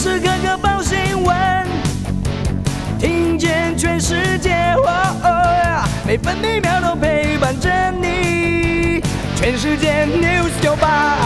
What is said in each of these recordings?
时刻刻报新闻，听见全世界，每分每秒都陪伴着你。全世界 News 98。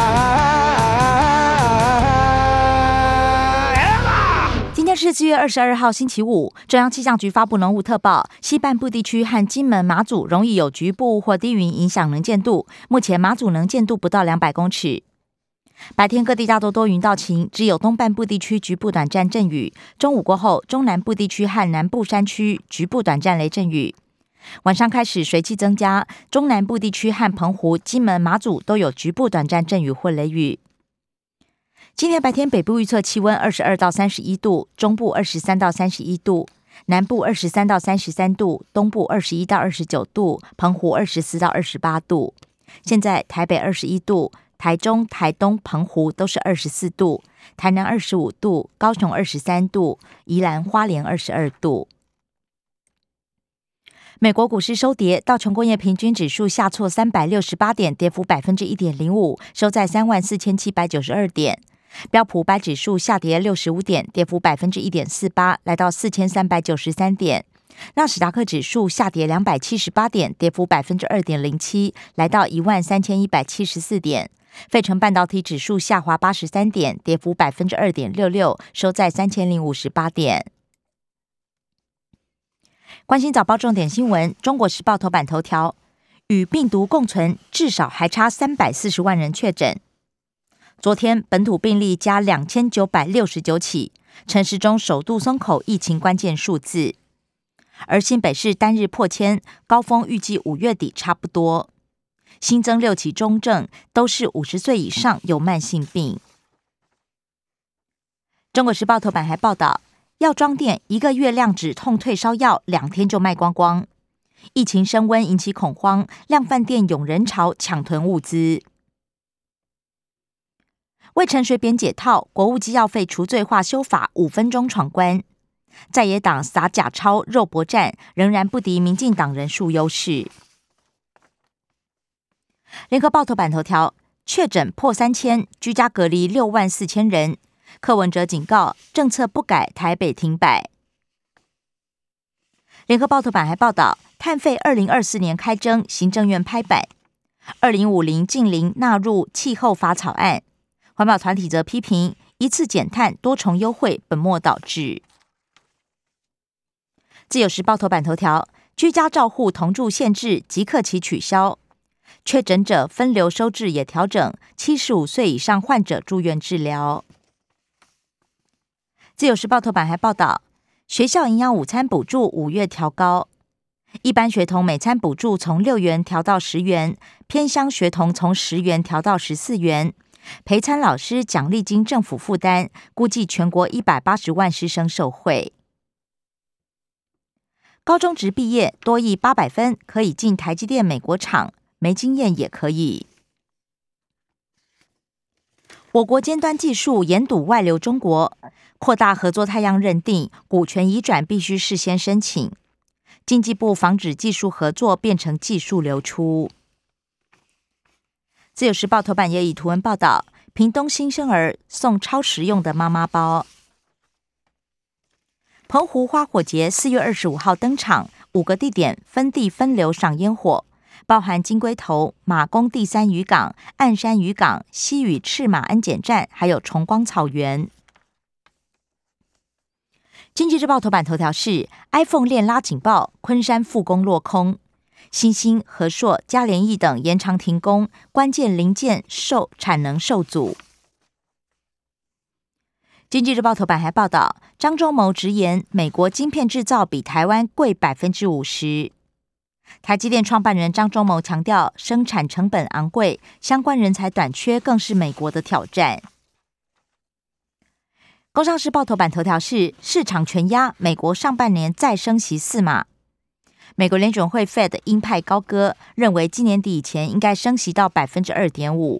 今天是4月22号星期五，中央气象局发布浓雾特报，西半部地区和金门、马祖容易有局部或低云影响能见度，目前马祖能见度不到200公尺。白天各地大多多云到晴，只有东半部地区局部短暂阵雨，中午过后，中南部地区和南部山区局部短暂雷阵雨。晚上开始水汽增加，中南部地区和澎湖、金门、马祖都有局部短暂阵雨或雷雨。今天白天北部预测气温22到31度，中部23到31度，南部23到33度，东部21到29度，澎湖24到28度。现在台北21度，台中、台东、澎湖都是24度，台南25度，高雄23度，宜兰花莲22度。美国股市收跌，道琼工业平均指数下挫368点，跌幅 1.05%， 收在34,792点。标普500指数下跌65点，跌幅 1.48%， 来到4393点。纳斯达克指数下跌278点，跌幅 2.07%， 来到13174点。费城半导体指数下滑83点，跌幅 2.66%， 收在3058点。关心早报重点新闻，中国时报头版头条，与病毒共存，至少还差340万人确诊。昨天本土病例加2969起，陈时中首度松口疫情关键数字。而新北市单日破千，高峰预计5月底差不多。新增6起中症，都是50岁以上有慢性病。中国时报头版还报道，药妆店1个月量止痛退烧药2天就卖光光。疫情升温引起恐慌，量贩店涌人潮抢囤物资。为陈水扁解套，国务机要费除罪化修法5分钟闯关。在野党撒假钞肉搏战，仍然不敌民进党人数优势。联合报头版头条，确诊破3000，居家隔离64000人。柯文哲警告，政策不改，台北停摆。联合报头版还报道，碳费2024年开征，行政院拍板，2050净零纳入气候法草案。环保团体则批评，一次减碳多重优惠本末倒置。自由时报头版头条，居家照护同住限制即刻起取消。确诊者分流收治也调整，75岁以上患者住院治疗。自由时报头版还报道，学校营养午餐补助5月调高，一般学童每餐补助从6元调到10元，偏乡学童从10元调到14元。陪餐老师奖励金政府负担，估计全国180万师生受惠。高中职毕业多益800分，可以进台积电美国厂，没经验也可以。我国尖端技术严堵外流中国，扩大合作太阳认定，股权移转必须事先申请。经济部防止技术合作变成技术流出。自由时报头版也以图文报道，屏东新生儿送超实用的妈妈包。澎湖花火节4月25号登场，5个地点分地分流赏烟火，包含金龟头、马公第三渔港、岸山渔港、西屿赤马安检站，还有崇光草原。经济日报头版头条是 iPhone 链拉警报，昆山复工落空。新兴、和硕、嘉联益等延长停工，关键零件产能受阻。经济日报头版还报道，张忠谋直言，美国晶片制造比台湾贵50%。台积电创办人张忠谋强调，生产成本昂贵，相关人才短缺更是美国的挑战。工商时报头版头条是市场全压，美国上半年再升息4码。美国联准会 Fed 鹰派高歌，认为今年底以前应该升息到 2.5%。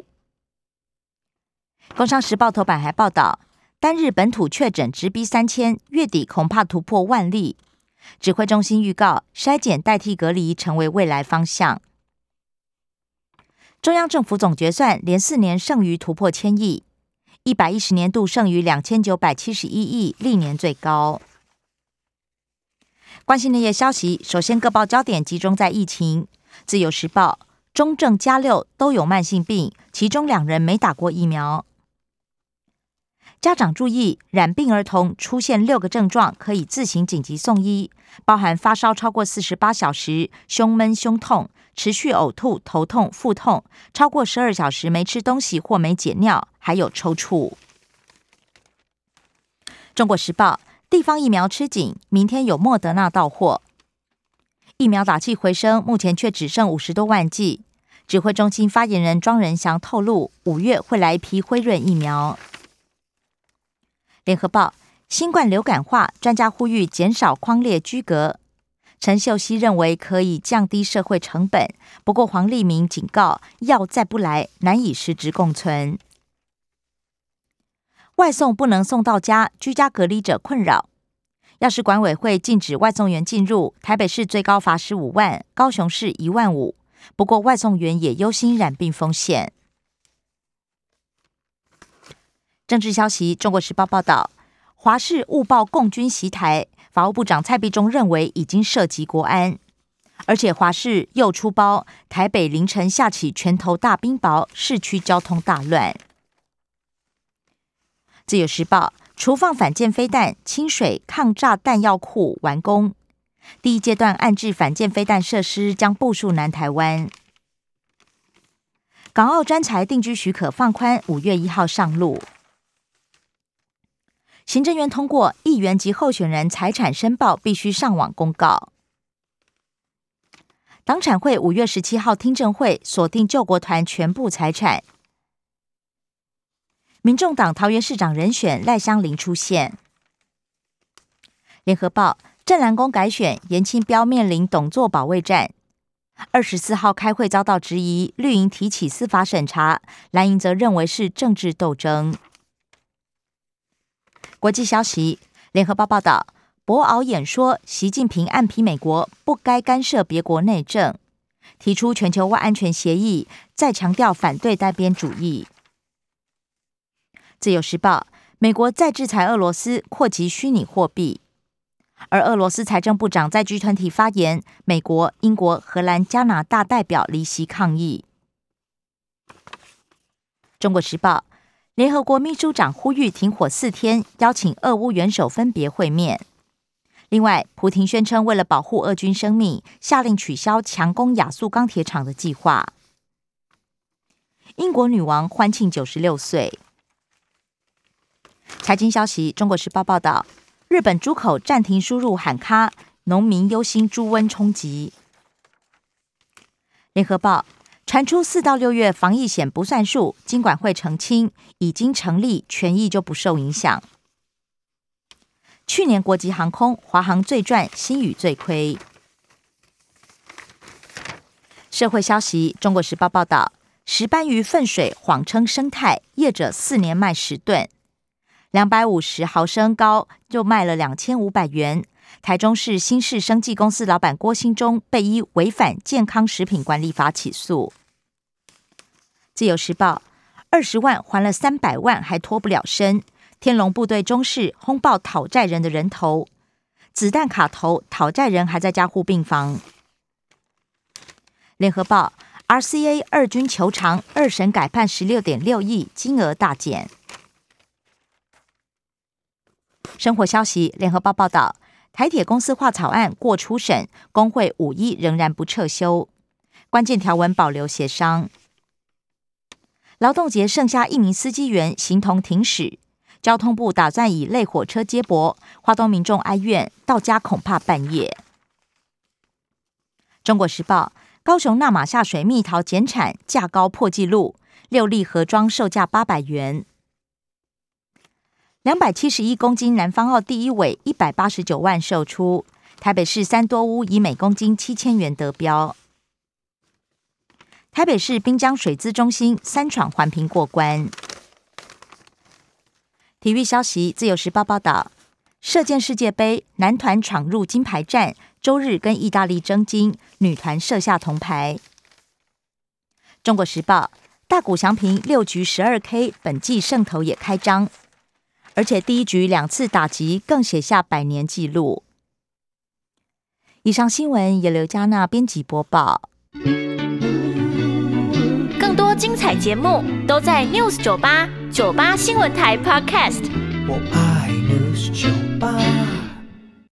工商时报头版还报道，单日本土确诊直逼3000，月底恐怕突破10000例。指挥中心预告，筛检代替隔离成为未来方向。中央政府总决算连4年剩余突破1000亿， 110年度剩余2971亿，历年最高。关心内页消息，首先各报焦点集中在疫情。自由时报，中正加6都有慢性病，其中2人没打过疫苗。家长注意，染病儿童出现6个症状，可以自行紧急送医，包含发烧超过48小时、胸闷、胸痛、持续呕吐、头痛、腹痛，超过12小时没吃东西或没解尿，还有抽搐。中国时报，地方疫苗吃紧，明天有莫德纳到货。疫苗打气回升，目前却只剩50多万剂。指挥中心发言人庄仁祥透露，5月会来一批辉润疫苗。联合报，新冠流感化，专家呼吁减少匡列居隔。陈秀熙认为可以降低社会成本，不过黄立明警告，药再不来，难以实质共存。外送不能送到家，居家隔离者困扰。药事管委会禁止外送员进入，台北市最高罚15万，高雄市1万5。不过外送员也忧心染病风险。政治消息，中国时报报道，华视误报共军袭台，法务部长蔡必忠认为已经涉及国安，而且华视又出包，台北凌晨下起拳头大冰雹，市区交通大乱。自由时报，厨放反舰飞弹，清水抗炸弹药库完工，第1阶段岸置反舰飞弹设施将部署南台湾。港澳专才定居许可放宽，5月1号上路。行政院通过议员及候选人财产申报必须上网公告。党产会5月17号听证会锁定救国团全部财产。民众党桃园市长人选赖香伶出现。联合报，正蓝宫改选，颜清标面临董座保卫战。24号开会遭到质疑，绿营提起司法审查，蓝营则认为是政治斗争。国际消息，联合报报道，博鳌演说，习近平暗批美国不该干涉别国内政，提出全球外安全协议，再强调反对单边主义。自由时报，美国再制裁俄罗斯，扩及虚拟货币。而俄罗斯财政部长在G20发言，美国、英国、荷兰、加拿大代表离席抗议。中国时报，联合国秘书长呼吁停火4天，邀请俄乌元首分别会面。另外，普廷宣称为了保护俄军生命，下令取消强攻亚速钢铁厂的计划。英国女王欢庆96岁。财经消息，中国时报报道，日本猪口暂停输入喊卡，农民忧心猪瘟冲击。联合报，传出4到6月防疫险不算数，金管会澄清已经成立，权益就不受影响。去年国际航空，华航最赚，星宇最亏。社会消息，中国时报报道，石斑鱼粪水谎称生态，业者4年卖10吨，250毫升高就卖了2500元。台中市新市生技公司老板郭兴中被依违反健康食品管理法起诉。自由时报，20万还了300万还脱不了身，天龙部队中士轰爆讨债人的人头，子弹卡头，讨债人还在加护病房。联合报 RCA 二军求偿，2审改判16.6亿，金额大减。生活消息，联合报报道，台铁公司化草案过初审，工会5亿仍然不撤休，关键条文保留协商。劳动节剩下1名司机员形同停驶，交通部打算以类火车接驳，花东民众哀怨，到家恐怕半夜。中国时报，高雄纳马下水蜜桃减产，价高破纪录，6粒盒装售价800元。271公斤南方澳第一尾189万售出，台北市三多屋以每公斤7000元得标。台北市滨江水资中心3闯环评过关。体育消息，自由时报报道，射箭世界杯男团闯入金牌战，周日跟意大利争金，女团射下铜牌。中国时报， 大谷翔平6局12K， 本季胜投也开张，而且第一局2次打击更写下100年纪录。以上新闻由刘嘉娜编辑播报。 更多精彩节目都在 News 98 98新闻台 Podcast。 我爱 News 98。